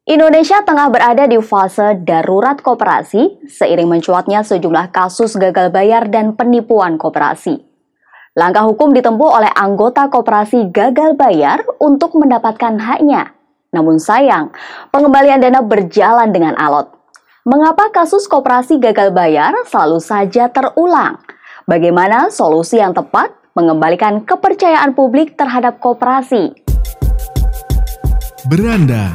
Indonesia tengah berada di fase darurat koperasi seiring mencuatnya sejumlah kasus gagal bayar dan penipuan koperasi. Langkah hukum ditempuh oleh anggota koperasi gagal bayar untuk mendapatkan haknya. Namun sayang, pengembalian dana berjalan dengan alot. Mengapa kasus koperasi gagal bayar selalu saja terulang? Bagaimana solusi yang tepat mengembalikan kepercayaan publik terhadap koperasi? Beranda.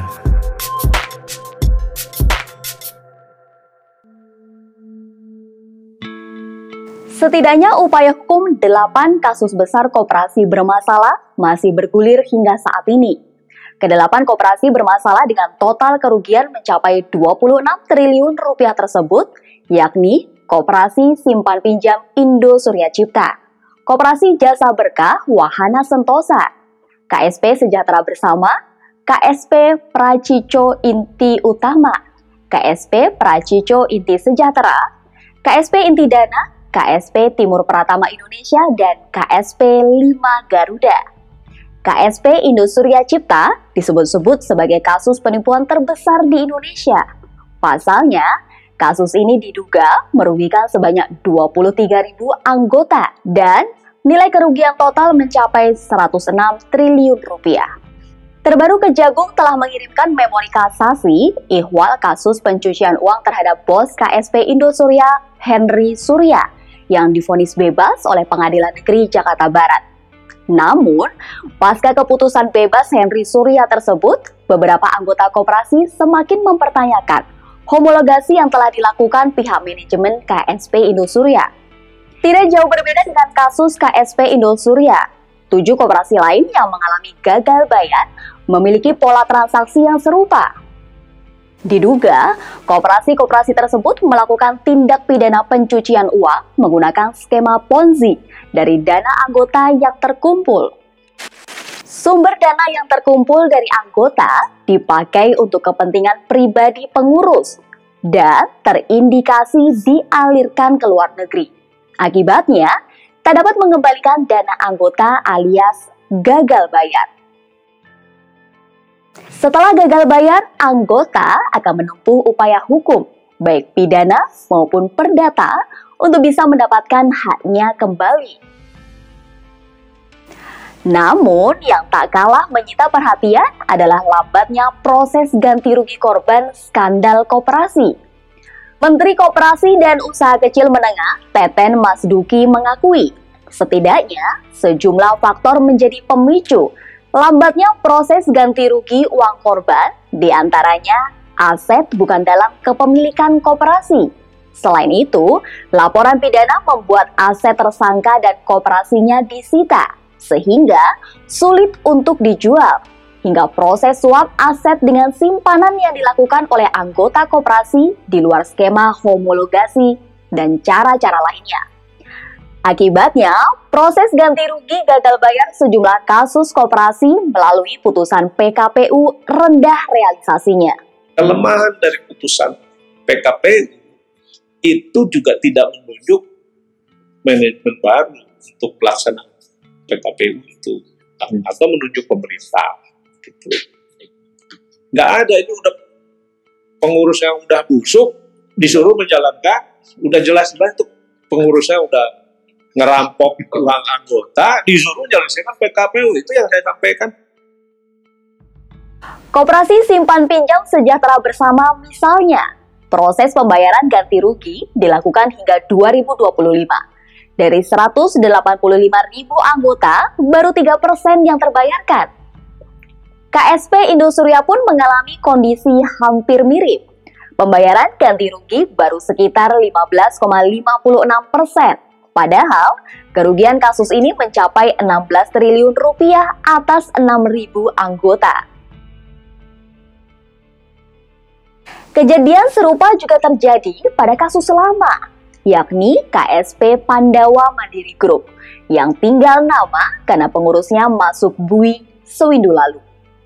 Setidaknya upaya hukum 8 kasus besar koperasi bermasalah masih bergulir hingga saat ini. Ke-8 koperasi bermasalah dengan total kerugian mencapai 26 triliun rupiah tersebut, yakni Koperasi Simpan Pinjam Indo Surya Cipta, Koperasi Jasa Berkah Wahana Sentosa, KSP Sejahtera Bersama, KSP Pracico Inti Utama, KSP Pracico Inti Sejahtera, KSP Inti Dana, KSP Timur Pratama Indonesia, dan KSP 5 Garuda. KSP Indo Surya Cipta disebut-sebut sebagai kasus penipuan terbesar di Indonesia. Pasalnya, kasus ini diduga merugikan sebanyak 23.000 anggota dan nilai kerugian total mencapai 106 triliun rupiah. Terbaru Kejagung telah mengirimkan memori kasasi ihwal kasus pencucian uang terhadap bos KSP Indo Surya Henry Surya yang divonis bebas oleh Pengadilan Negeri Jakarta Barat. Namun, pasca keputusan bebas Henry Surya tersebut, beberapa anggota koperasi semakin mempertanyakan homologasi yang telah dilakukan pihak manajemen KSP Indo Surya. Tidak jauh berbeda dengan kasus KSP Indo Surya, 7 koperasi lain yang mengalami gagal bayar memiliki pola transaksi yang serupa. Diduga, koperasi-koperasi tersebut melakukan tindak pidana pencucian uang menggunakan skema Ponzi dari dana anggota yang terkumpul. Sumber dana yang terkumpul dari anggota dipakai untuk kepentingan pribadi pengurus dan terindikasi dialirkan ke luar negeri. Akibatnya, tak dapat mengembalikan dana anggota alias gagal bayar. Setelah gagal bayar, anggota akan menempuh upaya hukum, baik pidana maupun perdata, untuk bisa mendapatkan haknya kembali. Namun, yang tak kalah menyita perhatian adalah lambatnya proses ganti rugi korban skandal koperasi. Menteri Koperasi dan Usaha Kecil Menengah, Teten Mas Duki, mengakui setidaknya sejumlah faktor menjadi pemicu lambatnya proses ganti rugi uang korban, diantaranya aset bukan dalam kepemilikan koperasi. Selain itu, laporan pidana membuat aset tersangka dan koperasinya disita, sehingga sulit untuk dijual, hingga proses suap aset dengan simpanan yang dilakukan oleh anggota koperasi di luar skema homologasi dan cara-cara lainnya. Akibatnya, proses ganti rugi gagal bayar sejumlah kasus koperasi melalui putusan PKPU rendah realisasinya. Kelemahan dari putusan PKPU itu juga tidak menunjuk manajemen baru untuk pelaksanaan PKPU itu, atau menunjuk pemerintah. Gitu. Nggak ada, ini udah pengurus yang udah busuk, disuruh menjalankan, udah jelas-jelas itu pengurusnya udah ngerampok uang anggota, disuruh menyelesaikan PKPU, itu yang saya sampaikan. Koperasi Simpan Pinjam Sejahtera Bersama misalnya, proses pembayaran ganti rugi dilakukan hingga 2025. Dari 185.000 anggota, baru 3% yang terbayarkan. KSP Indo Surya pun mengalami kondisi hampir mirip. Pembayaran ganti rugi baru sekitar 15,56%. Padahal, kerugian kasus ini mencapai 16 triliun rupiah atas 6.000 anggota. Kejadian serupa juga terjadi pada kasus lama, yakni KSP Pandawa Mandiri Group, yang tinggal nama karena pengurusnya masuk bui sewindu lalu.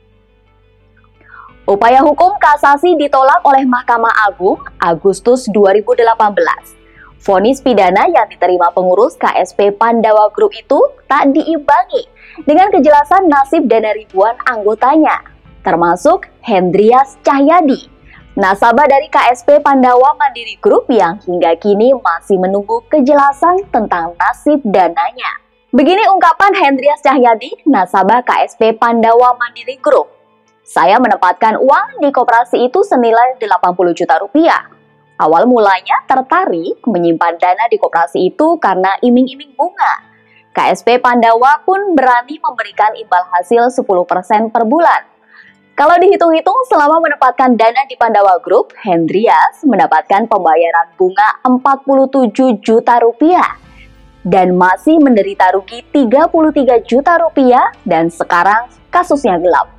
Upaya hukum kasasi ditolak oleh Mahkamah Agung Agustus 2018. Vonis pidana yang diterima pengurus KSP Pandawa Group itu tak diimbangi dengan kejelasan nasib dana ribuan anggotanya. termasuk Hendrias Cahyadi, nasabah dari KSP Pandawa Mandiri Group yang hingga kini masih menunggu kejelasan tentang nasib dananya. Begini ungkapan Hendrias Cahyadi, nasabah KSP Pandawa Mandiri Group. Saya menempatkan uang di koperasi itu senilai 80 juta rupiah. Awal mulanya tertarik menyimpan dana di koperasi itu karena iming-iming bunga. KSP Pandawa pun berani memberikan imbal hasil 10% per bulan. Kalau dihitung-hitung, selama menempatkan dana di Pandawa Group, Hendrias mendapatkan pembayaran bunga 47 juta rupiah dan masih menderita rugi 33 juta rupiah dan sekarang kasusnya gelap.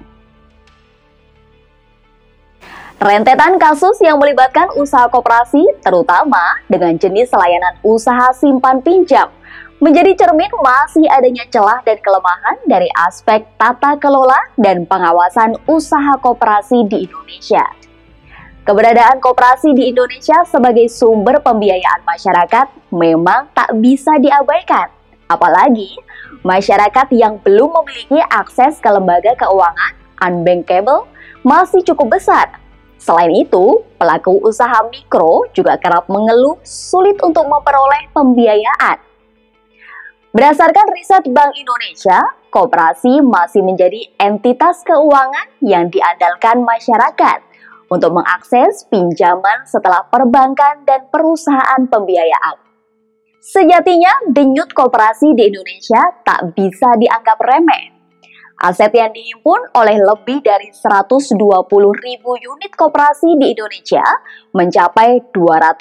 Rentetan kasus yang melibatkan usaha koperasi, terutama dengan jenis layanan usaha simpan pinjam, menjadi cermin masih adanya celah dan kelemahan dari aspek tata kelola dan pengawasan usaha koperasi di Indonesia. Keberadaan koperasi di Indonesia sebagai sumber pembiayaan masyarakat memang tak bisa diabaikan. Apalagi masyarakat yang belum memiliki akses ke lembaga keuangan unbankable masih cukup besar. Selain itu, pelaku usaha mikro juga kerap mengeluh sulit untuk memperoleh pembiayaan. Berdasarkan riset Bank Indonesia, koperasi masih menjadi entitas keuangan yang diandalkan masyarakat untuk mengakses pinjaman setelah perbankan dan perusahaan pembiayaan. Sejatinya, denyut koperasi di Indonesia tak bisa dianggap remeh. Aset yang dihimpun oleh lebih dari 120.000 unit koperasi di Indonesia mencapai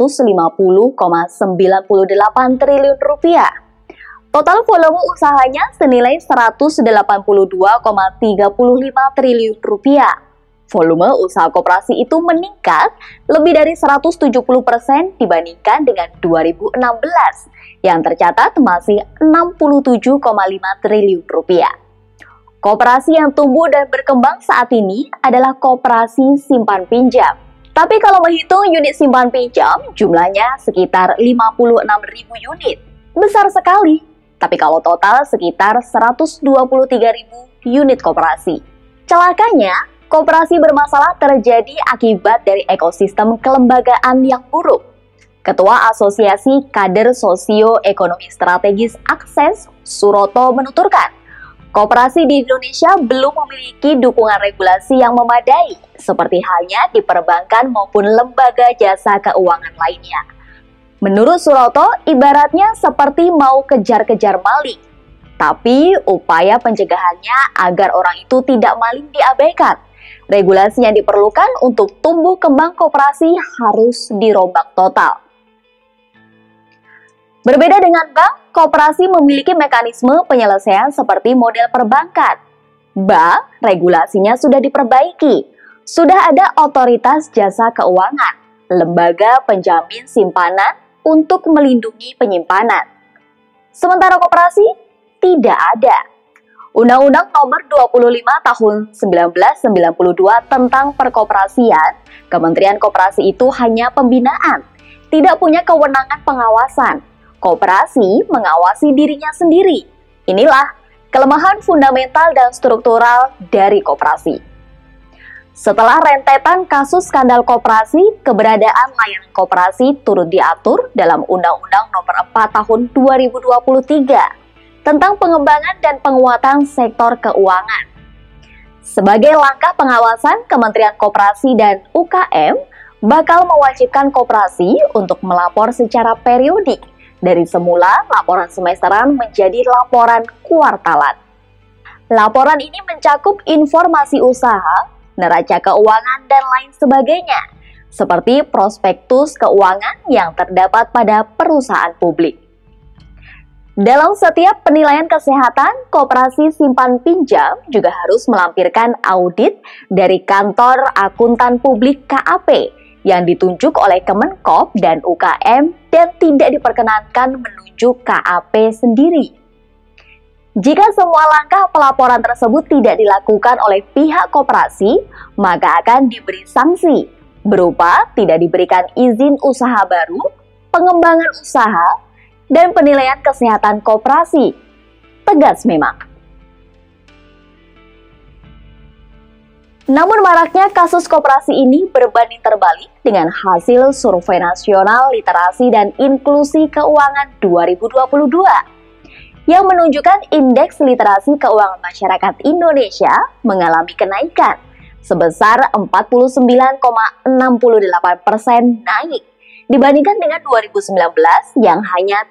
250,98 triliun rupiah. Total volume usahanya senilai 182,35 triliun rupiah. Volume usaha koperasi itu meningkat lebih dari 170% dibandingkan dengan 2016 yang tercatat masih 67,5 triliun rupiah. Koperasi yang tumbuh dan berkembang saat ini adalah koperasi simpan pinjam. Tapi kalau menghitung unit simpan pinjam, jumlahnya sekitar 56.000 unit. Besar sekali. Tapi kalau total sekitar 123.000 unit koperasi. Celakanya, koperasi bermasalah terjadi akibat dari ekosistem kelembagaan yang buruk. Ketua Asosiasi Kader Sosioekonomi Strategis Akses, Suroto menuturkan, koperasi di Indonesia belum memiliki dukungan regulasi yang memadai, seperti halnya di perbankan maupun lembaga jasa keuangan lainnya. Menurut Suroto, ibaratnya seperti mau kejar-kejar maling. Tapi upaya pencegahannya agar orang itu tidak maling diabaikan. Regulasi yang diperlukan untuk tumbuh kembang koperasi harus dirombak total. Berbeda dengan bank, koperasi memiliki mekanisme penyelesaian seperti model perbankan. Bank, regulasinya sudah diperbaiki. Sudah ada otoritas jasa keuangan, lembaga penjamin simpanan, untuk melindungi penyimpanan. Sementara koperasi tidak ada. Undang-Undang Nomor 25 Tahun 1992 tentang Perkoperasian, Kementerian Koperasi itu hanya pembinaan, tidak punya kewenangan pengawasan. Koperasi mengawasi dirinya sendiri. Inilah kelemahan fundamental dan struktural dari koperasi. Setelah rentetan kasus skandal koperasi, keberadaan layanan koperasi turut diatur dalam Undang-Undang Nomor 4 Tahun 2023 tentang pengembangan dan penguatan sektor keuangan. Sebagai langkah pengawasan, Kementerian Koperasi dan UKM bakal mewajibkan koperasi untuk melapor secara periodik dari semula laporan semesteran menjadi laporan kuartalan. Laporan ini mencakup informasi usaha, neraca keuangan, dan lain sebagainya, seperti prospektus keuangan yang terdapat pada perusahaan publik. Dalam setiap penilaian kesehatan, koperasi simpan pinjam juga harus melampirkan audit dari kantor akuntan publik KAP yang ditunjuk oleh Kemenkop dan UKM dan tidak diperkenankan menunjuk KAP sendiri. Jika semua langkah pelaporan tersebut tidak dilakukan oleh pihak koperasi, maka akan diberi sanksi berupa tidak diberikan izin usaha baru, pengembangan usaha, dan penilaian kesehatan koperasi. Tegas memang. Namun maraknya kasus koperasi ini berbanding terbalik dengan hasil Survei Nasional Literasi dan Inklusi Keuangan 2022 yang menunjukkan indeks literasi keuangan masyarakat Indonesia mengalami kenaikan sebesar 49,68% naik dibandingkan dengan 2019 yang hanya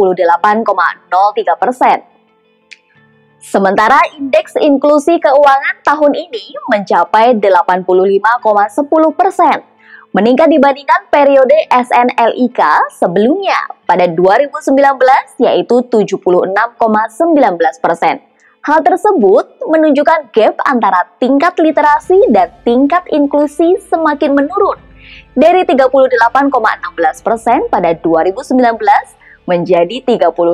38,03%. Sementara indeks inklusi keuangan tahun ini mencapai 85,10%, meningkat dibandingkan periode SNLIK sebelumnya pada 2019 yaitu 76,19%. Hal tersebut menunjukkan gap antara tingkat literasi dan tingkat inklusi semakin menurun dari 38,16% pada 2019 menjadi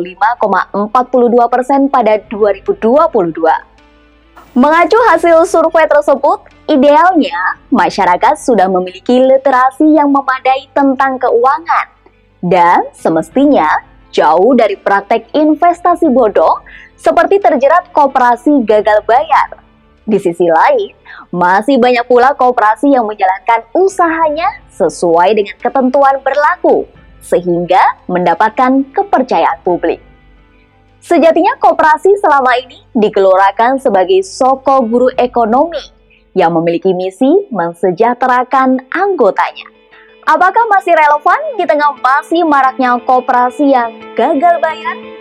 35,42% pada 2022. Mengacu hasil survei tersebut, idealnya masyarakat sudah memiliki literasi yang memadai tentang keuangan dan semestinya jauh dari praktek investasi bodoh seperti terjerat koperasi gagal bayar. Di sisi lain, masih banyak pula koperasi yang menjalankan usahanya sesuai dengan ketentuan berlaku sehingga mendapatkan kepercayaan publik. Sejatinya koperasi selama ini digelorakan sebagai soko guru ekonomi yang memiliki misi mensejahterakan anggotanya. Apakah masih relevan di tengah masih maraknya koperasi yang gagal bayar?